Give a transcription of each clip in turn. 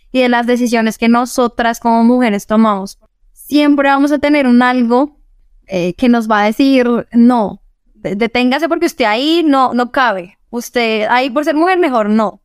y de las decisiones que nosotras como mujeres tomamos. Siempre vamos a tener un algo que nos va a decir, no, deténgase porque usted ahí no cabe. Usted ahí por ser mujer mejor no.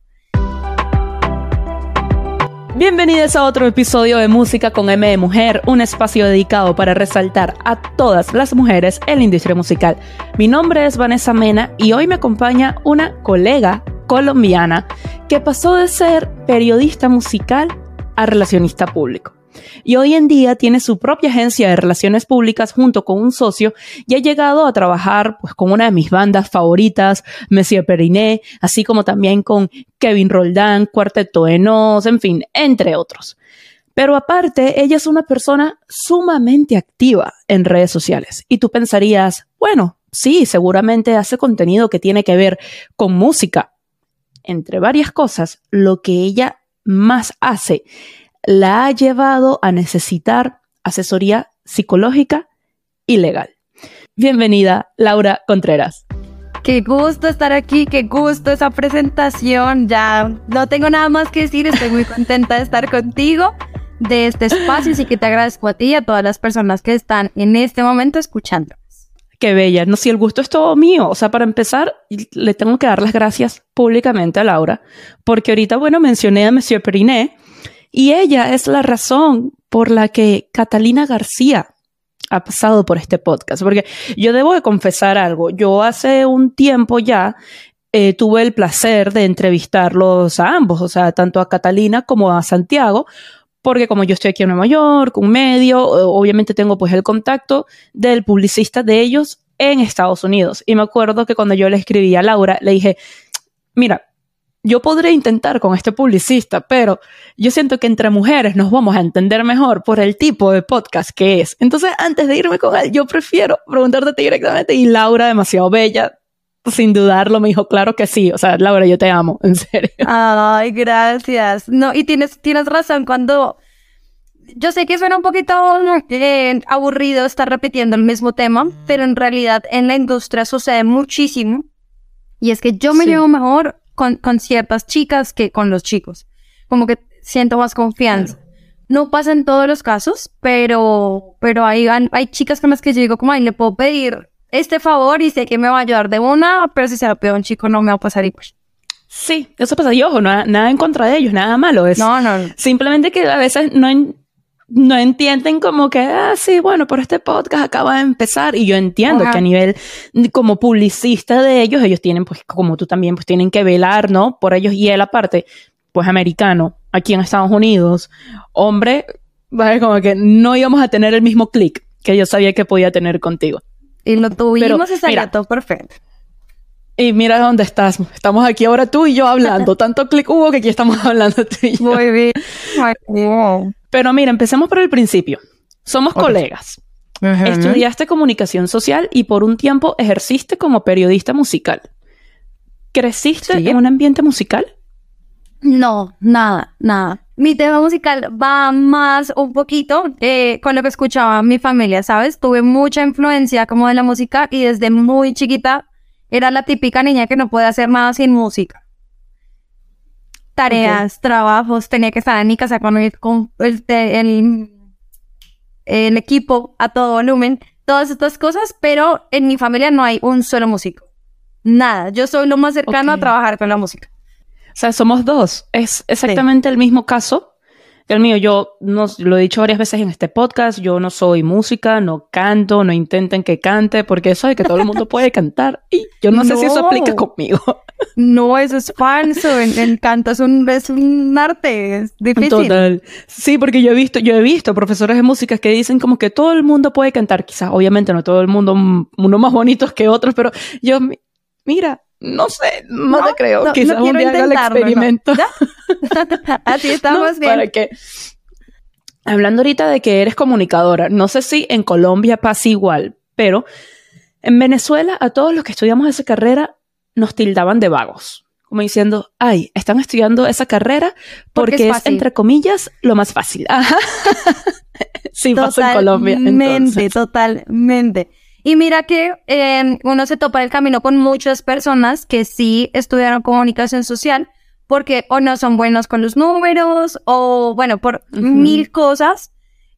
Bienvenidos a otro episodio de Música con M de Mujer, un espacio dedicado para resaltar a todas las mujeres en la industria musical. Mi nombre es Vanessa Mena y hoy me acompaña una colega colombiana que pasó de ser periodista musical a relacionista público. Y hoy en día tiene su propia agencia de relaciones públicas junto con un socio y ha llegado a trabajar pues, con una de mis bandas favoritas, Monsieur Periné, así como también con Kevin Roldán, Cuarteto de Nos, en fin, entre otros. Pero aparte, ella es una persona sumamente activa en redes sociales. Y tú pensarías, bueno, sí, seguramente hace contenido que tiene que ver con música. Entre varias cosas, lo que ella más hace la ha llevado a necesitar asesoría psicológica y legal. Bienvenida, Laura Contreras. Qué gusto estar aquí, qué gusto esa presentación. Ya no tengo nada más que decir, estoy muy contenta de estar contigo, de este espacio, así que te agradezco a ti y a todas las personas que están en este momento escuchando. Qué bella. No, si el gusto es todo mío. O sea, para empezar, le tengo que dar las gracias públicamente a Laura, porque ahorita, bueno, mencioné a Monsieur Periné, y ella es la razón por la que Catalina García ha pasado por este podcast. Porque yo debo de confesar algo. Yo hace un tiempo ya tuve el placer de entrevistarlos a ambos, o sea, tanto a Catalina como a Santiago, porque como yo estoy aquí en Nueva York, un medio, obviamente tengo pues el contacto del publicista de ellos en Estados Unidos. Y me acuerdo que cuando yo le escribí a Laura, le dije, mira, yo podré intentar con este publicista, pero yo siento que entre mujeres nos vamos a entender mejor por el tipo de podcast que es. Entonces, antes de irme con él, yo prefiero preguntarte a ti directamente. Y Laura, demasiado bella, sin dudarlo, me dijo, claro que sí. O sea, Laura, yo te amo, en serio. Ay, gracias. No, y tienes razón cuando... Yo sé que suena un poquito aburrido estar repitiendo el mismo tema, pero en realidad en la industria sucede muchísimo. Y es que yo me llevo mejor con ciertas chicas que con los chicos. Como que siento más confianza. Claro. No pasa en todos los casos, pero hay chicas con las que yo digo como, ay, le puedo pedir este favor y sé que me va a ayudar de una, pero si se lo pido a un chico no me va a pasar igual. Sí, eso pasa. Y ojo, nada en contra de ellos, nada malo. Es no. Simplemente que a veces no entienden como que, sí, bueno, por este podcast acaba de empezar. Y yo entiendo que a nivel como publicista de ellos tienen, pues, como tú también, pues tienen que velar, ¿no? Por ellos. Y él aparte, pues americano, aquí en Estados Unidos, hombre, ¿vale? Como que no íbamos a tener el mismo click que yo sabía que podía tener contigo. Y lo tuvimos y salió todo perfecto. Y mira dónde estás. Estamos aquí ahora tú y yo hablando. Tanto click hubo que aquí estamos hablando tú y yo. Muy bien. Muy bien. Pero mira, empecemos por el principio. Somos colegas. Uh-huh. Estudiaste comunicación social y por un tiempo ejerciste como periodista musical. ¿Creciste en un ambiente musical? No, nada. Mi tema musical va más un poquito con lo que escuchaba mi familia, ¿sabes? Tuve mucha influencia como de la música y desde muy chiquita era la típica niña que no puede hacer nada sin música. Tareas, trabajos, tenía que estar en mi casa con el equipo a todo volumen, todas estas cosas, pero en mi familia no hay un solo músico. Nada, yo soy lo más cercano a trabajar con la música. O sea, somos dos. Es exactamente el mismo caso que el mío. Yo lo he dicho varias veces en este podcast, yo no soy música, no canto, no intenten que cante, porque eso de que todo el mundo puede cantar, y yo no sé si eso aplica conmigo. No, eso es falso. El canto es un arte, es difícil. Total. Sí, porque yo he visto profesores de música que dicen como que todo el mundo puede cantar. Quizás, obviamente, no todo el mundo, unos más bonitos que otros, pero yo, mira, no sé, no te creo. Quizás un día haga el experimento. Así estamos bien. Para que... Hablando ahorita de que eres comunicadora, no sé si en Colombia pasa igual, pero en Venezuela a todos los que estudiamos esa carrera nos tildaban de vagos. Como diciendo, ay, están estudiando esa carrera porque es entre comillas, lo más fácil. Ajá. Sí, pasa en Colombia. Totalmente. Y mira que uno se topa el camino con muchas personas que sí estudiaron comunicación social, porque o no son buenos con los números o, bueno, por mil cosas.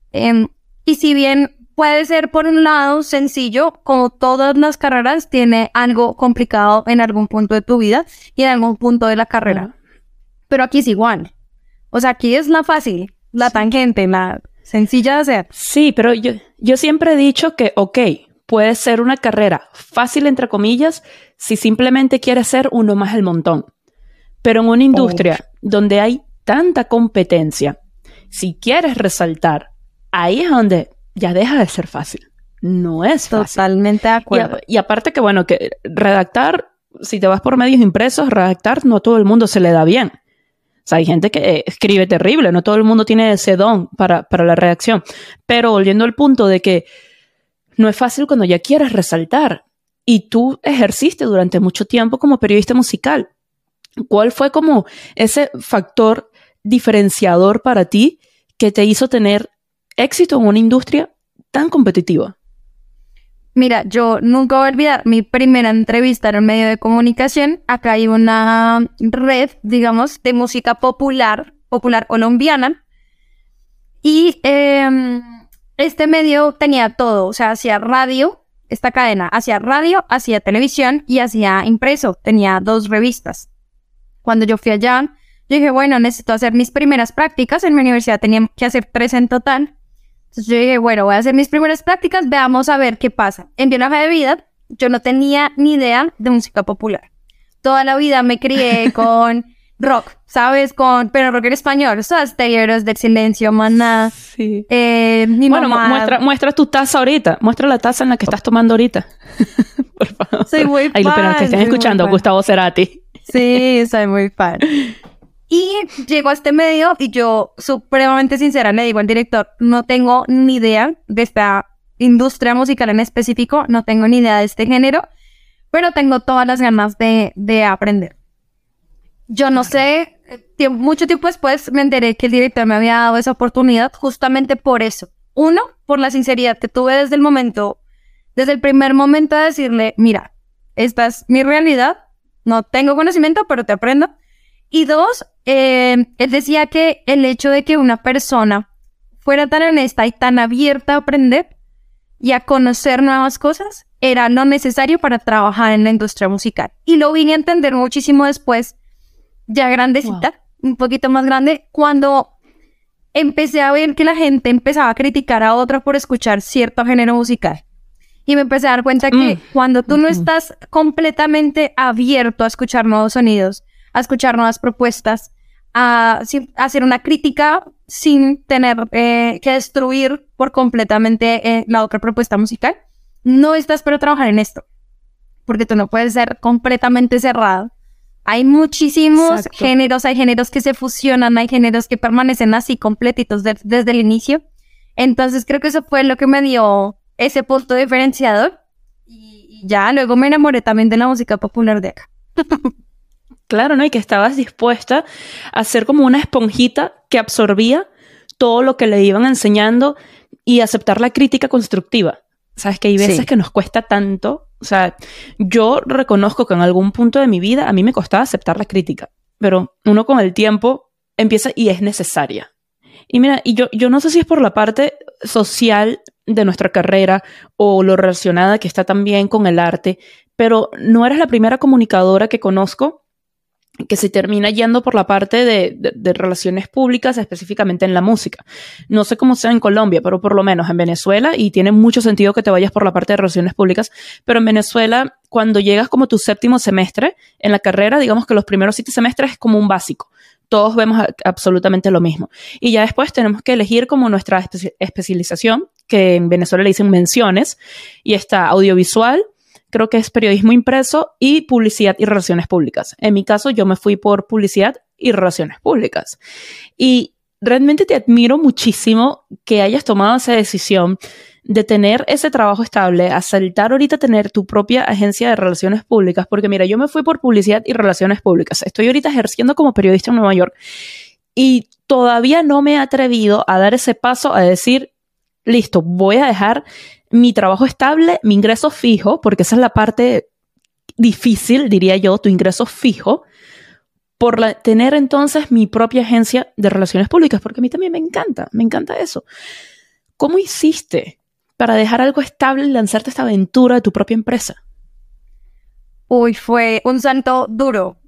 Y si bien puede ser, por un lado, sencillo, como todas las carreras, tiene algo complicado en algún punto de tu vida y en algún punto de la carrera. Pero aquí es igual. O sea, aquí es la fácil, la tangente, la sencilla de hacer. Sí, pero yo siempre he dicho que, ok, puede ser una carrera fácil, entre comillas, si simplemente quieres ser uno más del montón. Pero en una industria donde hay tanta competencia, si quieres resaltar, ahí es donde ya deja de ser fácil. No es fácil. Totalmente de acuerdo. Y aparte que, bueno, que redactar, si te vas por medios impresos, redactar no a todo el mundo se le da bien. O sea, hay gente que escribe terrible, no todo el mundo tiene ese don para la redacción. Pero volviendo al punto de que no es fácil cuando ya quieres resaltar. Y tú ejerciste durante mucho tiempo como periodista musical. ¿Cuál fue como ese factor diferenciador para ti que te hizo tener éxito en una industria tan competitiva? Mira, yo nunca voy a olvidar mi primera entrevista en un medio de comunicación. Acá hay una red, digamos, de música popular colombiana. Y este medio tenía todo, o sea, hacía radio, esta cadena, hacía radio, hacía televisión y hacía impreso. Tenía 2 revistas. Cuando yo fui allá, yo dije, bueno, necesito hacer mis primeras prácticas. En mi universidad tenía que hacer 3 en total. Entonces yo dije, bueno, voy a hacer mis primeras prácticas, veamos a ver qué pasa. En Bien Hoja de Vida, yo no tenía ni idea de música popular. Toda la vida me crié con rock, ¿sabes? Pero rock en español, Soda Stereo, del Silencio, Maná. Sí. Mi mamá... muestra tu taza ahorita. Muestra la taza en la que estás tomando ahorita. Por favor. Soy muy fan. Pero que estén escuchando, Gustavo Cerati. Sí, soy muy fan. Y llego a este medio y yo, supremamente sincera, le digo al director, no tengo ni idea de esta industria musical en específico, no tengo ni idea de este género, pero tengo todas las ganas de aprender. Yo no sé, mucho tiempo después me enteré que el director me había dado esa oportunidad justamente por eso. Uno, por la sinceridad que tuve desde el primer momento de decirle, mira, esta es mi realidad, no tengo conocimiento, pero te aprendo. Y 2, él decía que el hecho de que una persona fuera tan honesta y tan abierta a aprender y a conocer nuevas cosas era lo necesario para trabajar en la industria musical. Y lo vine a entender muchísimo después, ya grandecita, un poquito más grande, cuando empecé a ver que la gente empezaba a criticar a otra por escuchar cierto género musical. Y me empecé a dar cuenta que cuando tú no estás completamente abierto a escuchar nuevos sonidos, a escuchar nuevas propuestas, a hacer una crítica sin tener que destruir por completamente la otra propuesta musical, no estás para trabajar en esto. Porque tú no puedes ser completamente cerrado. Hay muchísimos géneros, hay géneros que se fusionan, hay géneros que permanecen así completitos desde el inicio. Entonces creo que eso fue lo que me dio ese punto diferenciador y ya luego me enamoré también de la música popular de acá. Claro, ¿no? Y que estabas dispuesta a ser como una esponjita que absorbía todo lo que le iban enseñando y aceptar la crítica constructiva. Sabes que hay veces que nos cuesta tanto. O sea, yo reconozco que en algún punto de mi vida a mí me costaba aceptar la crítica, pero uno con el tiempo empieza y es necesaria. Y mira, y yo no sé si es por la parte social de nuestra carrera o lo relacionada que está también con el arte, pero no eres la primera comunicadora que conozco que se termina yendo por la parte de relaciones públicas, específicamente en la música. No sé cómo sea en Colombia, pero por lo menos en Venezuela, y tiene mucho sentido que te vayas por la parte de relaciones públicas, pero en Venezuela, cuando llegas como tu 7º semestre en la carrera, digamos que los primeros 7 semestres es como un básico. Todos vemos absolutamente lo mismo. Y ya después tenemos que elegir como nuestra especialización, que en Venezuela le dicen menciones, y está audiovisual, creo que es periodismo impreso y publicidad y relaciones públicas. En mi caso, yo me fui por publicidad y relaciones públicas. Y realmente te admiro muchísimo que hayas tomado esa decisión de tener ese trabajo estable, a saltar ahorita a tener tu propia agencia de relaciones públicas, porque mira, yo me fui por publicidad y relaciones públicas. Estoy ahorita ejerciendo como periodista en Nueva York y todavía no me he atrevido a dar ese paso a decir, listo, voy a dejar mi trabajo estable, mi ingreso fijo, porque esa es la parte difícil, diría yo, tu ingreso fijo, tener entonces mi propia agencia de relaciones públicas, porque a mí también me encanta eso. ¿Cómo hiciste para dejar algo estable y lanzarte esta aventura de tu propia empresa? Uy, fue un salto duro.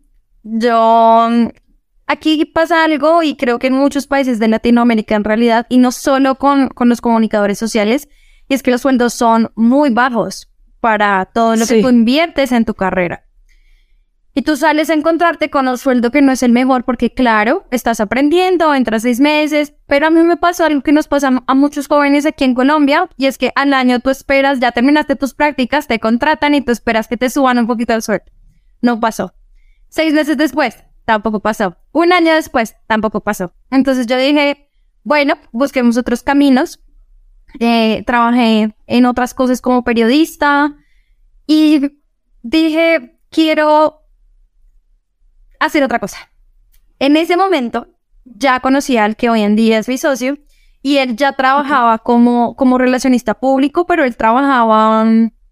Aquí pasa algo, y creo que en muchos países de Latinoamérica en realidad, y no solo con los comunicadores sociales, y es que los sueldos son muy bajos para todo lo que tú inviertes en tu carrera. Y tú sales a encontrarte con un sueldo que no es el mejor porque, claro, estás aprendiendo, entras 6 meses, pero a mí me pasó algo que nos pasa a muchos jóvenes aquí en Colombia, y es que al año tú esperas, ya terminaste tus prácticas, te contratan y tú esperas que te suban un poquito el sueldo. No pasó. 6 meses después, tampoco pasó. 1 año después, tampoco pasó. Entonces yo dije, bueno, busquemos otros caminos. Trabajé en otras cosas como periodista y dije, quiero hacer otra cosa. En ese momento ya conocía al que hoy en día es mi socio, y él ya trabajaba como relacionista público, pero él trabajaba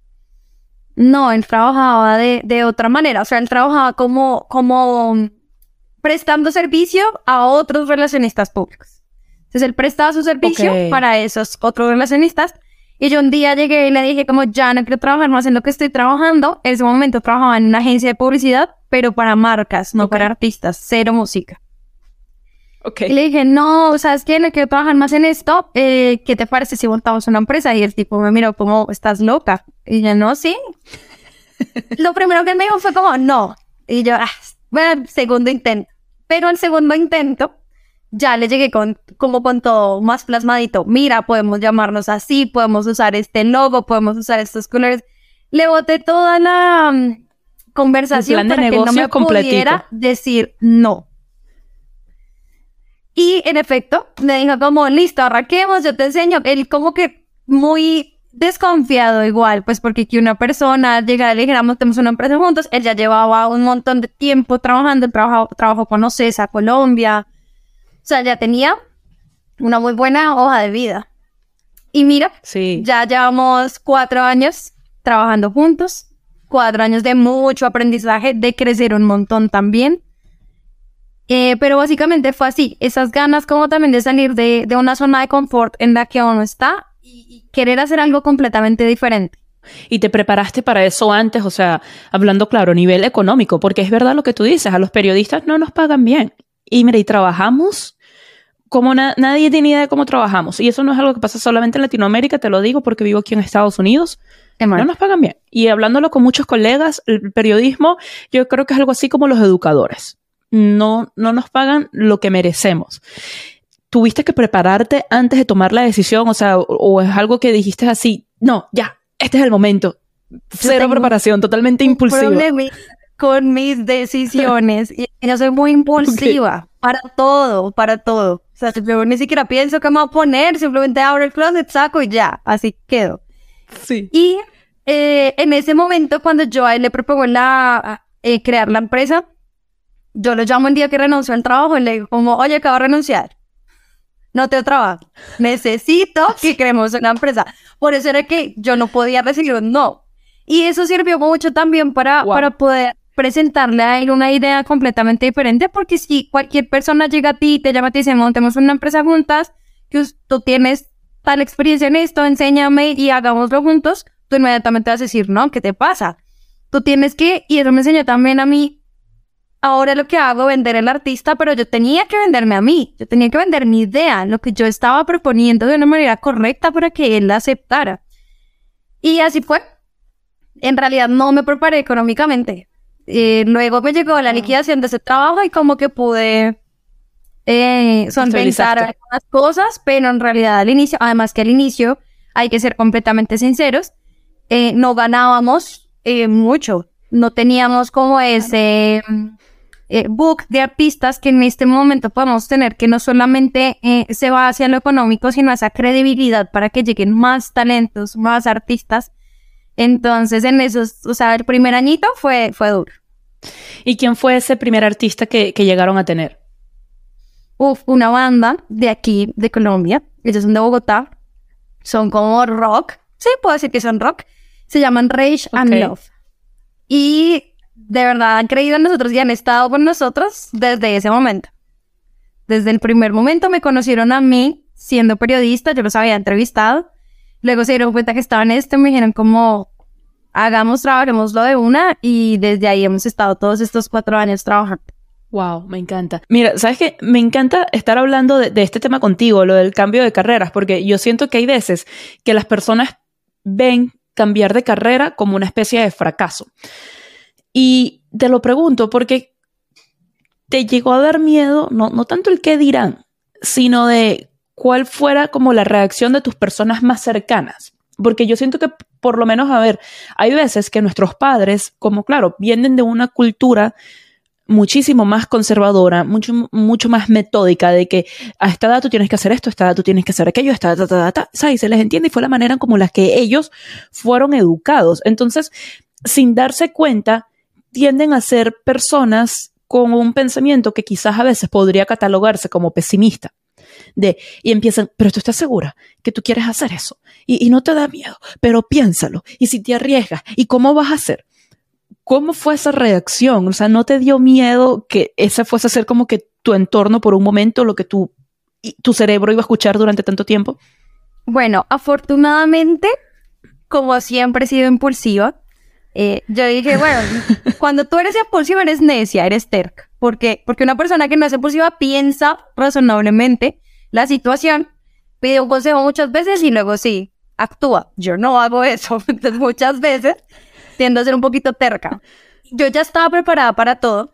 de otra manera. O sea, él trabajaba como prestando servicio a otros relacionistas públicos. Entonces él prestaba su servicio para esos otros relacionistas, y yo un día llegué y le dije como, ya no quiero trabajar más en lo que estoy trabajando. En ese momento trabajaba en una agencia de publicidad, pero para marcas, no para artistas, cero música. Y le dije, no, ¿sabes qué? No quiero trabajar más en esto. ¿Qué te parece si montamos una empresa? Y el tipo me miró como, ¿estás loca? Y yo, no, sí. Lo primero que él me dijo fue como, no. Y yo, bueno, segundo intento. Pero al segundo intento ya le llegué con todo más plasmadito. Mira, podemos llamarnos así, podemos usar este logo, podemos usar estos colores. Le boté toda la conversación para que no me pudiera decir no. Y en efecto, me dijo como, listo, arranquemos, yo te enseño. Él como que muy desconfiado igual, pues porque que una persona llegara y le dijera, tenemos una empresa juntos. Él ya llevaba un montón de tiempo trabajando, trabajó con OCESA, Colombia. O sea, ya tenía una muy buena hoja de vida. Y mira, ya llevamos 4 años trabajando juntos, 4 años de mucho aprendizaje, de crecer un montón también. Pero básicamente fue así, esas ganas como también de salir de una zona de confort en la que uno está y querer hacer algo completamente diferente. ¿Y te preparaste para eso antes? O sea, hablando claro, a nivel económico, porque es verdad lo que tú dices, a los periodistas no nos pagan bien. Y mira, y trabajamos como nadie tiene idea de cómo trabajamos. Y eso no es algo que pasa solamente en Latinoamérica, te lo digo porque vivo aquí en Estados Unidos. No nos pagan bien. Y hablándolo con muchos colegas, el periodismo, yo creo que es algo así como los educadores. No nos pagan lo que merecemos. ¿Tuviste que prepararte antes de tomar la decisión? O sea, o es algo que dijiste así, no, ya, este es el momento. Cero preparación, totalmente impulsiva. Con mis decisiones. Y yo soy muy impulsiva para todo. O sea, yo ni siquiera pienso qué me voy a poner, simplemente abro el closet, saco y ya, así quedo. Sí. Y en ese momento, cuando yo a él le propongo crear la empresa, yo lo llamo el día que renunció al trabajo y le digo como, oye, acabo de renunciar. No tengo trabajo. Necesito que creemos una empresa. Por eso era que yo no podía recibir un no. Y eso sirvió mucho también para poder presentarle a él una idea completamente diferente, porque si cualquier persona llega a ti y te llama y te dice, montemos una empresa juntas, que tú tienes tal experiencia en esto, enséñame y hagámoslo juntos, tú inmediatamente vas a decir, no, ¿qué te pasa? Tú tienes que, y eso me enseñó también a mí, ahora lo que hago, vender al artista, pero yo tenía que venderme a mí, yo tenía que vender mi idea, lo que yo estaba proponiendo de una manera correcta para que él la aceptara. Y así fue. En realidad no me preparé económicamente. Luego me llegó la liquidación de ese trabajo y como que pude solventar algunas cosas, pero en realidad al inicio, además que al inicio, hay que ser completamente sinceros, no ganábamos mucho. No teníamos como ese book de artistas que en este momento podemos tener, que no solamente se va hacia lo económico, sino esa credibilidad para que lleguen más talentos, más artistas. Entonces, en esos, o sea, el primer añito fue duro. ¿Y quién fue ese primer artista que llegaron a tener? Una banda de aquí, de Colombia. Ellos son de Bogotá. Son como rock. Sí, puedo decir que son rock. Se llaman Rage and Love. Y de verdad han creído en nosotros y han estado con nosotros desde ese momento. Desde el primer momento me conocieron a mí siendo periodista, yo los había entrevistado. Luego se dieron cuenta que estaba en esto, me dijeron como, trabajémoslo de una, y desde ahí hemos estado todos estos 4 años trabajando. Wow, me encanta. Mira, ¿sabes qué? Me encanta estar hablando de este tema contigo, lo del cambio de carreras, porque yo siento que hay veces que las personas ven cambiar de carrera como una especie de fracaso. Y te lo pregunto porque te llegó a dar miedo, no tanto el qué dirán, sino de cuál fuera como la reacción de tus personas más cercanas. Porque yo siento que, por lo menos, a ver, hay veces que nuestros padres, como claro, vienen de una cultura muchísimo más conservadora, mucho más metódica, de que a esta edad tú tienes que hacer esto, a esta edad tú tienes que hacer aquello, a esta edad, ¿sabes? Se les entiende, y fue la manera en como la que ellos fueron educados. Entonces, sin darse cuenta, tienden a ser personas con un pensamiento que quizás a veces podría catalogarse como pesimista. Y empiezan, pero tú estás segura que tú quieres hacer eso y no te da miedo, pero piénsalo, y si te arriesgas, ¿y cómo vas a hacer? ¿Cómo fue esa reacción? O sea, ¿no te dio miedo que ese fuese a ser como que tu entorno por un momento, lo que tu cerebro iba a escuchar durante tanto tiempo? Bueno, afortunadamente, como siempre he sido impulsiva, yo dije, bueno, cuando tú eres impulsiva eres necia, eres terca. ¿Por qué? Porque una persona que no es impulsiva piensa razonablemente la situación, pide un consejo muchas veces y luego sí, actúa. Yo no hago eso, entonces muchas veces tiendo a ser un poquito terca. Yo ya estaba preparada para todo.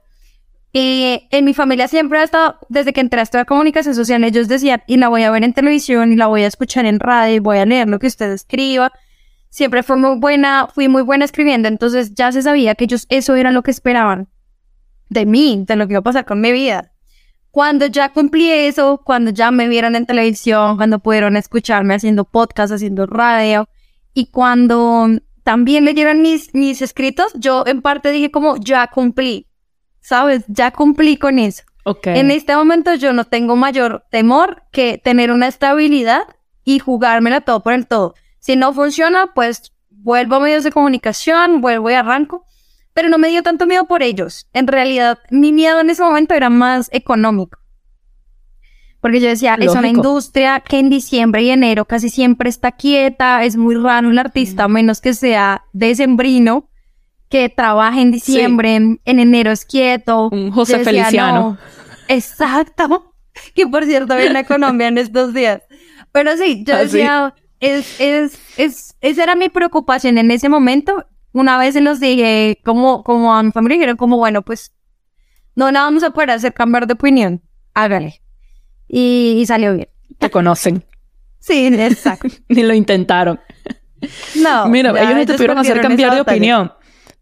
En mi familia siempre ha estado, desde que entré a estudiar comunicación social, ellos decían, y la voy a ver en televisión, y la voy a escuchar en radio, y voy a leer lo que usted escriba. Siempre fui muy buena escribiendo, entonces ya se sabía que ellos eso era lo que esperaban de mí, de lo que iba a pasar con mi vida. Cuando ya cumplí eso, cuando ya me vieron en televisión, cuando pudieron escucharme haciendo podcast, haciendo radio, y cuando también leyeron mis escritos, yo en parte dije como, ya cumplí, ¿sabes? Ya cumplí con eso. Okay. En este momento yo no tengo mayor temor que tener una estabilidad y jugármela todo por el todo. Si no funciona, pues vuelvo a medios de comunicación, vuelvo y arranco. Pero no me dio tanto miedo por ellos. En realidad, mi miedo en ese momento era más económico. Porque yo decía, Lógico. Es una industria que en diciembre y enero casi siempre está quieta. Es muy raro un artista, menos que sea decembrino, que trabaje en diciembre, sí. En enero es quieto. Un José decía, Feliciano. No. Exacto. Que por cierto viene a Colombia en estos días. Pero sí, yo decía... Esa era mi preocupación en ese momento. Una vez se los dije como a mi familia, dijeron como, bueno, pues no la vamos a poder hacer cambiar de opinión, hágale. Y salió bien. Te conocen. Sí, exacto. Ni lo intentaron. No. Mira, ellos no te pudieron hacer cambiar de opinión.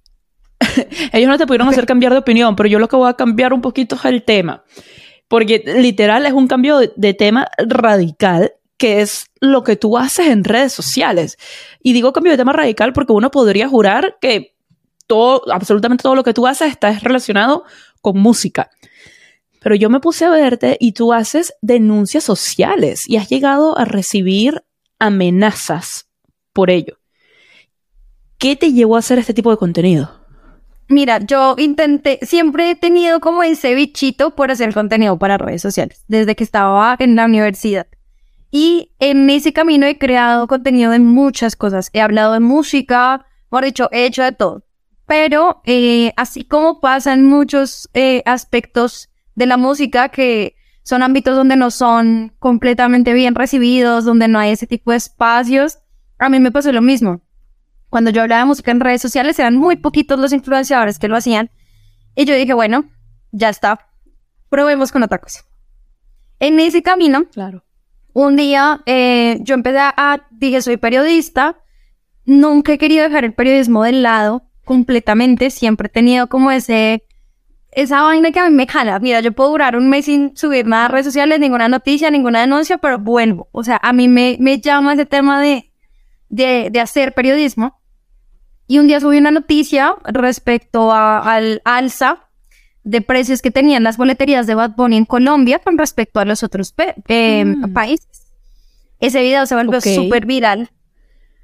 Ellos no te pudieron hacer cambiar de opinión, pero yo lo que voy a cambiar un poquito es el tema. Porque literal es un cambio de tema radical, que es lo que tú haces en redes sociales. Y digo cambio de tema radical porque uno podría jurar que absolutamente todo lo que tú haces está relacionado con música. Pero yo me puse a verte y tú haces denuncias sociales y has llegado a recibir amenazas por ello. ¿Qué te llevó a hacer este tipo de contenido? Mira, yo siempre he tenido como ese bichito por hacer contenido para redes sociales, desde que estaba en la universidad. Y en ese camino he creado contenido de muchas cosas. He hablado de música, mejor dicho, he hecho de todo. Pero así como pasa en muchos aspectos de la música, que son ámbitos donde no son completamente bien recibidos, donde no hay ese tipo de espacios, a mí me pasó lo mismo. Cuando yo hablaba de música en redes sociales, eran muy poquitos los influenciadores que lo hacían. Y yo dije, bueno, ya está, probemos con otra cosa. En ese camino... Claro. Un día yo dije, soy periodista, nunca he querido dejar el periodismo de lado completamente, siempre he tenido como esa vaina que a mí me jala. Mira, yo puedo durar un mes sin subir nada a redes sociales, ninguna noticia, ninguna denuncia, pero vuelvo. O sea, a mí me llama ese tema de hacer periodismo. Y un día subí una noticia respecto al alza de precios que tenían las boleterías de Bad Bunny en Colombia con respecto a los otros países. Ese video se volvió súper viral.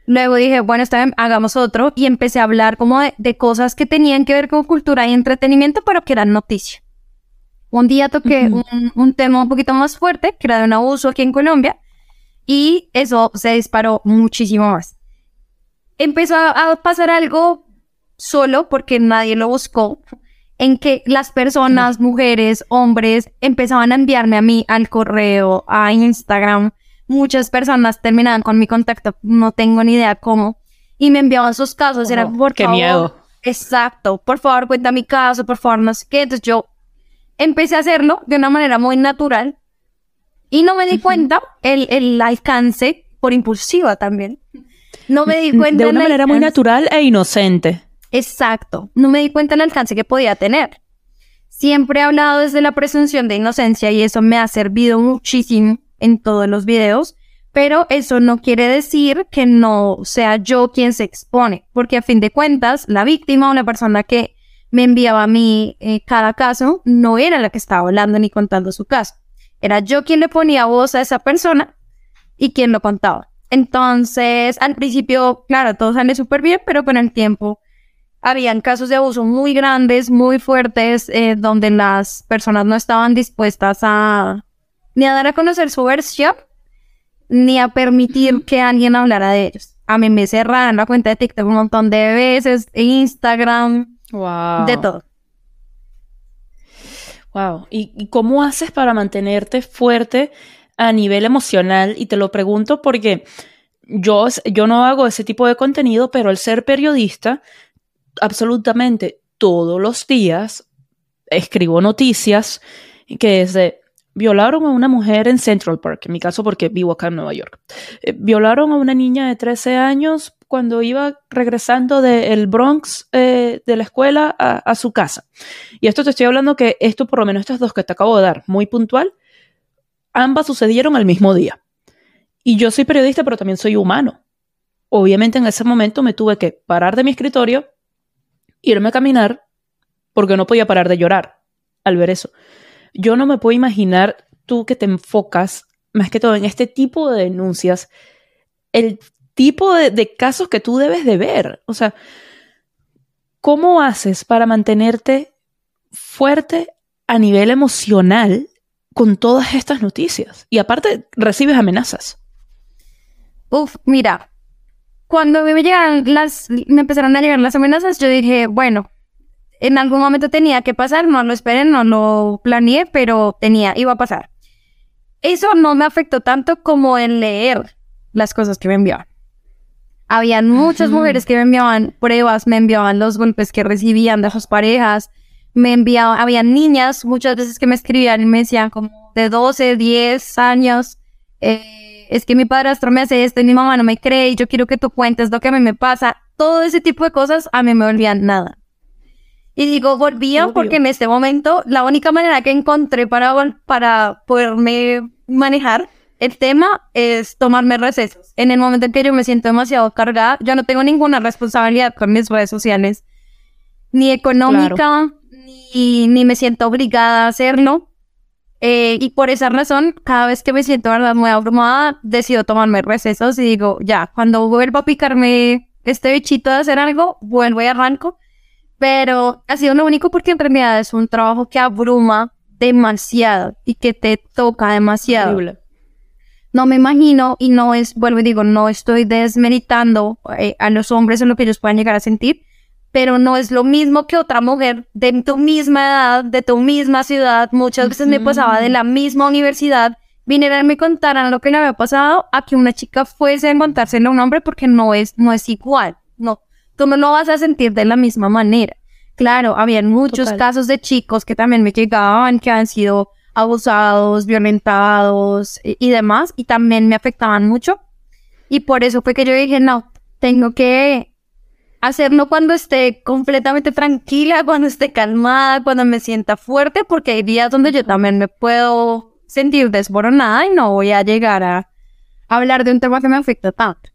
Luego dije, bueno, está bien, hagamos otro. Y empecé a hablar como de cosas que tenían que ver con cultura y entretenimiento, pero que eran noticia. Un día toqué un tema un poquito más fuerte, que era de un abuso aquí en Colombia. Y eso se disparó muchísimo más. Empezó a pasar algo solo, porque nadie lo buscó, en que las personas, mujeres, hombres, empezaban a enviarme a mí al correo, a Instagram. Muchas personas terminaban con mi contacto, no tengo ni idea cómo, y me enviaban sus casos. Era, por qué favor, miedo. exacto, por favor, cuenta mi caso, por favor, no sé qué. Entonces yo empecé a hacerlo de una manera muy natural y no me di cuenta el alcance, por impulsiva también. No me di cuenta de una manera muy natural e inocente. Exacto, no me di cuenta del alcance que podía tener. Siempre he hablado desde la presunción de inocencia y eso me ha servido muchísimo en todos los videos, pero eso no quiere decir que no sea yo quien se expone, porque a fin de cuentas, la víctima o la persona que me enviaba a mí cada caso no era la que estaba hablando ni contando su caso. Era yo quien le ponía voz a esa persona y quien lo contaba. Entonces, al principio, claro, todo sale súper bien, pero con el tiempo habían casos de abuso muy grandes, muy fuertes, donde las personas no estaban dispuestas ni a dar a conocer su versión, ni a permitir que alguien hablara de ellos. A mí me cerraron la cuenta de TikTok un montón de veces, Instagram, de todo. Wow. ¿Y cómo haces para mantenerte fuerte a nivel emocional? Y te lo pregunto porque yo no hago ese tipo de contenido, pero al ser periodista, absolutamente todos los días escribo noticias que es de violaron a una mujer en Central Park, en mi caso porque vivo acá en Nueva York. Violaron a una niña de 13 años cuando iba regresando del Bronx de la escuela a su casa. Y esto te estoy hablando que esto, por lo menos estas dos que te acabo de dar, muy puntual, ambas sucedieron al mismo día. Y yo soy periodista, pero también soy humano. Obviamente en ese momento me tuve que parar de mi escritorio, irme a caminar, porque no podía parar de llorar al ver eso. Yo no me puedo imaginar, tú que te enfocas más que todo en este tipo de denuncias, el tipo de casos que tú debes de ver. O sea, ¿cómo haces para mantenerte fuerte a nivel emocional con todas estas noticias? Y aparte, recibes amenazas. Mira, cuando me empezaron a llegar las amenazas, yo dije, bueno, en algún momento tenía que pasar, no lo esperé, no lo planeé, pero iba a pasar. Eso no me afectó tanto como en leer las cosas que me enviaban. Habían muchas mujeres que me enviaban pruebas, me enviaban los golpes que recibían de sus parejas, habían niñas muchas veces que me escribían y me decían como de 12, 10 años, es que mi padrastro me hace esto y mi mamá no me cree y yo quiero que tú cuentes lo que a mí me pasa. Todo ese tipo de cosas a mí me volvían nada. Y digo, volvían porque en este momento la única manera que encontré para poderme manejar el tema es tomarme recesos. En el momento en que yo me siento demasiado cargada, yo no tengo ninguna responsabilidad con mis redes sociales, ni económica, ni me siento obligada a hacerlo. Y por esa razón, cada vez que me siento, verdad, muy abrumada, decido tomarme recesos y digo, ya, cuando vuelva a picarme este bichito de hacer algo, vuelvo y arranco. Pero ha sido lo único porque en realidad es un trabajo que abruma demasiado y que te toca demasiado. Horrible. No me imagino, y no es, vuelvo y digo, no estoy desmeritando a los hombres en lo que ellos puedan llegar a sentir, pero no es lo mismo que otra mujer de tu misma edad, de tu misma ciudad. Muchas veces me pasaba de la misma universidad, vinieran y me contaran lo que le había pasado a que una chica fuese a contárselo a un hombre, porque no es igual, no. Tú no lo vas a sentir de la misma manera. Claro, habían muchos casos de chicos que también me llegaban, que han sido abusados, violentados y demás, y también me afectaban mucho. Y por eso fue que yo dije, no, tengo que hacerlo cuando esté completamente tranquila, cuando esté calmada, cuando me sienta fuerte, porque hay días donde yo también me puedo sentir desboronada y no voy a llegar a hablar de un tema que me afecta tanto.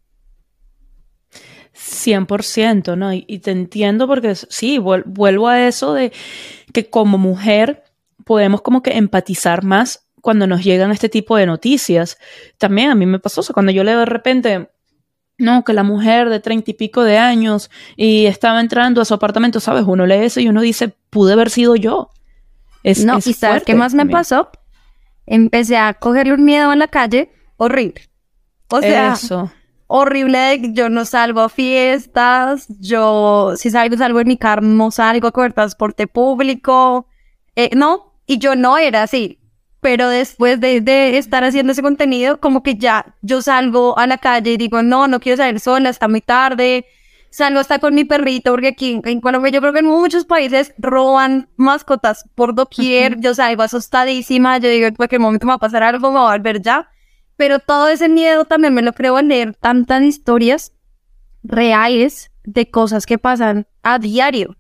100%, ¿no? Y te entiendo porque sí, vuelvo a eso de que como mujer podemos como que empatizar más cuando nos llegan este tipo de noticias. También a mí me pasó, o sea, cuando yo leo de repente no, que la mujer de 30 y pico de años y estaba entrando a su apartamento, ¿sabes? Uno lee eso y uno dice, pude haber sido yo. ¿Y sabes qué más me pasó? Empecé a cogerle un miedo en la calle horrible. O sea, horrible de que yo no salgo a fiestas, yo si salgo en mi carro, no salgo a coger transporte público, y yo no era así. Pero después de estar haciendo ese contenido, como que ya yo salgo a la calle y digo, no quiero salir sola, está muy tarde. Salgo hasta con mi perrito, porque aquí en Colombia yo creo que en muchos países roban mascotas por doquier. Yo salgo asustadísima, yo digo, en cualquier momento me va a pasar algo, me va a volver ya. Pero todo ese miedo también me lo creo al leer tantas historias reales de cosas que pasan a diario.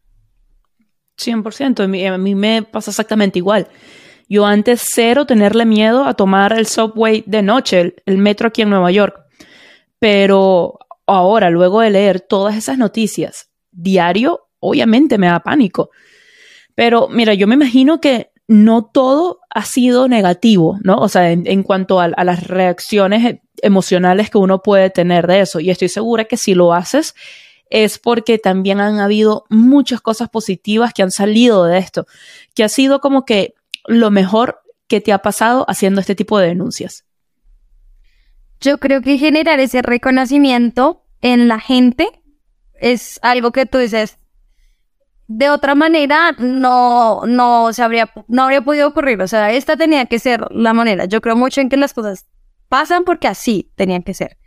100%, a mí me pasa exactamente igual. Yo antes cero tenerle miedo a tomar el subway de noche, el metro aquí en Nueva York. Pero ahora, luego de leer todas esas noticias diario, obviamente me da pánico. Pero mira, yo me imagino que no todo ha sido negativo, ¿no? O sea, en cuanto a las reacciones emocionales que uno puede tener de eso. Y estoy segura que si lo haces es porque también han habido muchas cosas positivas que han salido de esto, que ha sido como que lo mejor que te ha pasado haciendo este tipo de denuncias. Yo creo que generar ese reconocimiento en la gente es algo que tú dices, de otra manera no habría podido ocurrir. O sea, esta tenía que ser la manera. Yo creo mucho en que las cosas pasan porque así tenían que ser.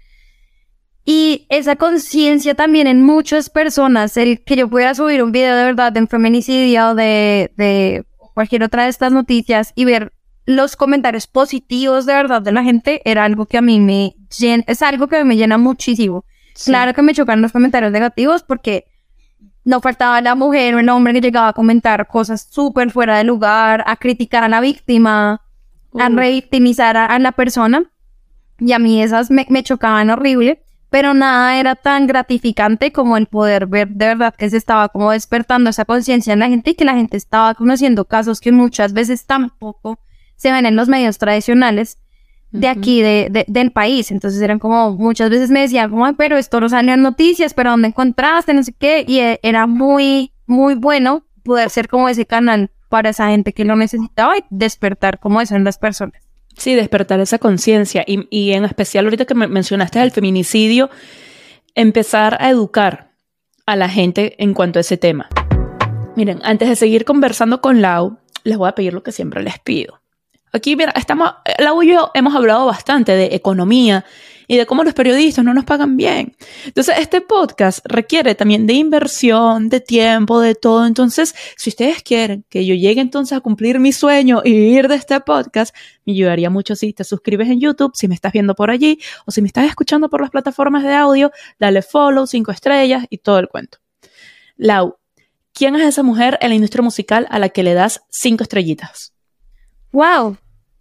Y esa conciencia también en muchas personas, el que yo pudiera subir un video de verdad de un feminicidio o de cualquier otra de estas noticias y ver los comentarios positivos de verdad de la gente, era algo que a mí me llena muchísimo. Sí. Claro que me chocan los comentarios negativos porque no faltaba la mujer o el hombre que llegaba a comentar cosas súper fuera de lugar, a criticar a la víctima, a revictimizar a la persona. Y a mí esas me chocaban horrible, pero nada era tan gratificante como el poder ver de verdad que se estaba como despertando esa conciencia en la gente y que la gente estaba conociendo casos que muchas veces tampoco se ven en los medios tradicionales de aquí, del país. Entonces eran como, muchas veces me decían como, pero esto no salió en noticias, pero ¿dónde encontraste? No sé qué. Y era muy, muy bueno poder ser como ese canal para esa gente que lo necesitaba y despertar como eso en las personas. Sí, despertar esa conciencia. Y en especial ahorita que mencionaste el feminicidio, empezar a educar a la gente en cuanto a ese tema. Miren, antes de seguir conversando con Lau, les voy a pedir lo que siempre les pido. Aquí, mira, Lau y yo hemos hablado bastante de economía y de cómo los periodistas no nos pagan bien. Entonces, este podcast requiere también de inversión, de tiempo, de todo. Entonces, si ustedes quieren que yo llegue entonces a cumplir mi sueño y vivir de este podcast, me ayudaría mucho si te suscribes en YouTube, si me estás viendo por allí, o si me estás escuchando por las plataformas de audio, dale follow, 5 estrellas y todo el cuento. Lau, ¿quién es esa mujer en la industria musical a la que le das 5 estrellitas? ¡Wow!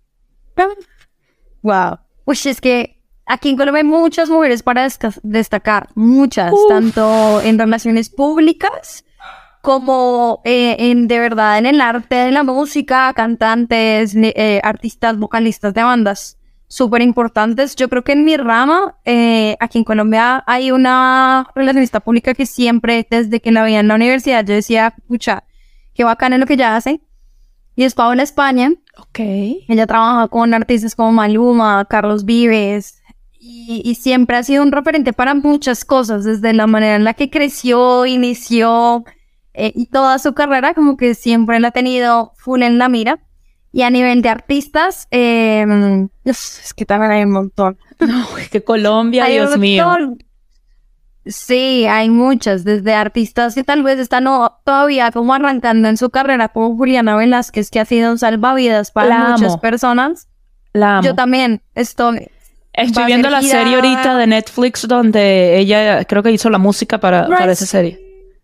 ¡Wow! Uy, es que aquí en Colombia hay muchas mujeres para destacar, muchas, tanto en relaciones públicas como de verdad en el arte de la música, cantantes, artistas, vocalistas de bandas súper importantes. Yo creo que en mi rama, aquí en Colombia hay una relacionista pública que siempre, desde que la veía en la universidad, yo decía, pucha, qué bacana es lo que ella hace. Y es Paola España. Okay. Ella trabaja con artistas como Maluma, Carlos Vives, y siempre ha sido un referente para muchas cosas, desde la manera en la que creció, inició, y toda su carrera como que siempre la ha tenido full en la mira. Y a nivel de artistas, es que también hay un montón. No, es que Colombia, Dios mío. Sí, hay muchas, desde artistas que tal vez están todavía como arrancando en su carrera, como Juliana Velázquez, que ha sido un salvavidas para muchas personas. La amo. Yo también estoy viendo la serie ahorita de Netflix donde ella creo que hizo la música para esa serie.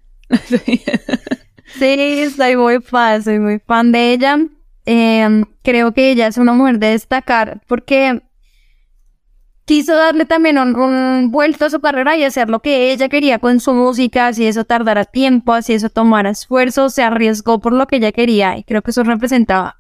Sí, soy muy fan de ella. Creo que ella es una mujer de destacar porque quiso darle también un vuelto a su carrera y hacer lo que ella quería con su música, así eso tardara tiempo, así eso tomara esfuerzo, se arriesgó por lo que ella quería y creo que eso representa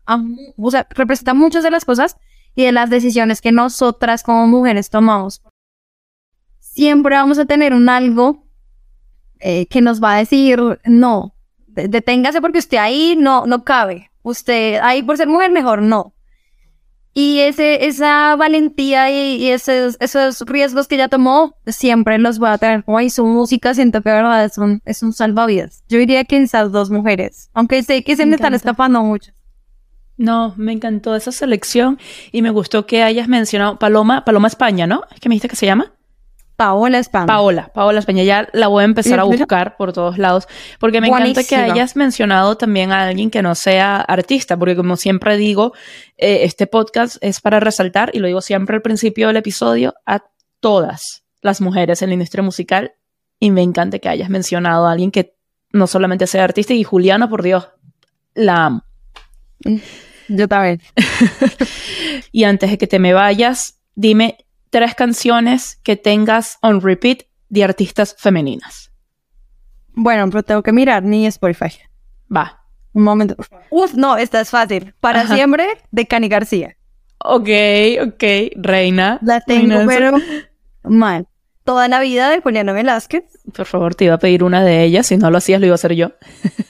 muchas de las cosas y de las decisiones que nosotras como mujeres tomamos. siempre vamos a tener un algo que nos va a decir, no, deténgase porque usted ahí no cabe. Usted ahí por ser mujer mejor no. Y esa valentía y esos riesgos que ella tomó, siempre los voy a tener como ahí. Su música siento que de verdad es un salvavidas. Yo diría que esas dos mujeres, aunque sé que se me están escapando muchas. No, me encantó esa selección y me gustó que hayas mencionado Paloma España, ¿no? ¿Es que me dijiste que se llama? Paola España. Paola España, ya la voy a empezar a buscar por todos lados, porque me encanta que hayas mencionado también a alguien que no sea artista, porque como siempre digo, este podcast es para resaltar, y lo digo siempre al principio del episodio, a todas las mujeres en la industria musical, y me encanta que hayas mencionado a alguien que no solamente sea artista, y Juliana, por Dios, la amo. Yo también. Y antes de que te me vayas, dime 3 canciones que tengas on repeat de artistas femeninas. Bueno, pero tengo que mirar mi Spotify. Va. Un momento. No, esta es fácil. Para siempre, de Cani García. Ok, reina. La tengo, pero mal. Toda la vida de Juliana Velázquez. Por favor, te iba a pedir una de ellas. Si no lo hacías, lo iba a hacer yo.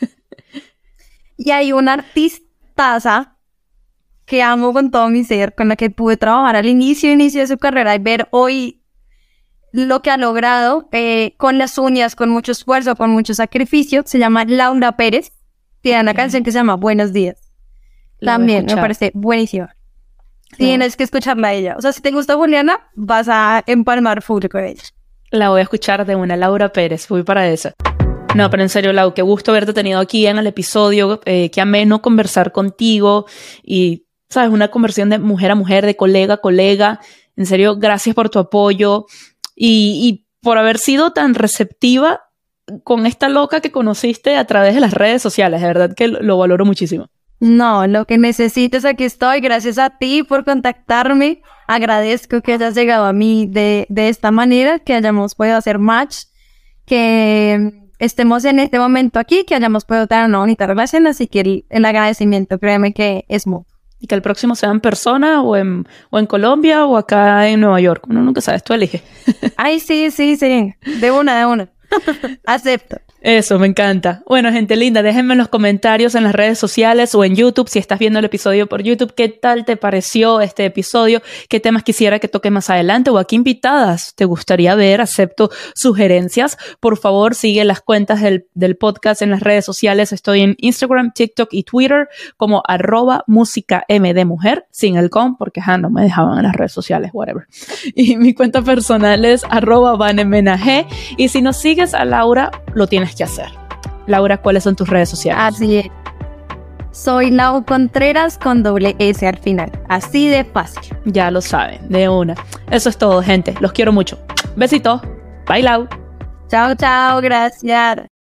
Y hay una artistaza que amo con todo mi ser, con la que pude trabajar al inicio de su carrera y ver hoy lo que ha logrado con las uñas, con mucho esfuerzo, con mucho sacrificio. Se llama Laura Pérez. Tiene una canción que se llama Buenos Días. También me parece buenísima. Tienes que escucharla a ella. O sea, si te gusta Juliana, vas a empalmar full con ella. La voy a escuchar de una. Laura Pérez, fui para esa. No, pero en serio, Lau, qué gusto haberte tenido aquí en el episodio. Qué ameno conversar contigo y, ¿sabes? Una conversación de mujer a mujer, de colega a colega. En serio, gracias por tu apoyo y por haber sido tan receptiva con esta loca que conociste a través de las redes sociales. De verdad que lo valoro muchísimo. No, lo que necesites, aquí estoy. Gracias a ti por contactarme. Agradezco que hayas llegado a mí de esta manera, que hayamos podido hacer match, que estemos en este momento aquí, que hayamos podido tener una bonita relación. Así que el agradecimiento, créeme que es mutuo. Y que el próximo sea en persona o en Colombia o acá en Nueva York. Uno nunca sabe, tú eliges. Ay, sí. De una. Acepto. Eso, me encanta. Bueno, gente linda, déjenme en los comentarios en las redes sociales o en YouTube, si estás viendo el episodio por YouTube, ¿qué tal te pareció este episodio? ¿Qué temas quisiera que toque más adelante? ¿O a qué invitadas te gustaría ver? Acepto sugerencias. Por favor, sigue las cuentas del podcast en las redes sociales. Estoy en Instagram, TikTok y Twitter como @musicamdmujer, sin el com, porque no me dejaban en las redes sociales, whatever. Y mi cuenta personal es @vanemenag. Y si no sigues a Laura, lo tienes que hacer. Laura, ¿cuáles son tus redes sociales? Así es. Soy Lau Contreras con doble S al final. Así de fácil. Ya lo saben, de una. Eso es todo, gente. Los quiero mucho. Besitos. Bye, Lau. Chao, gracias.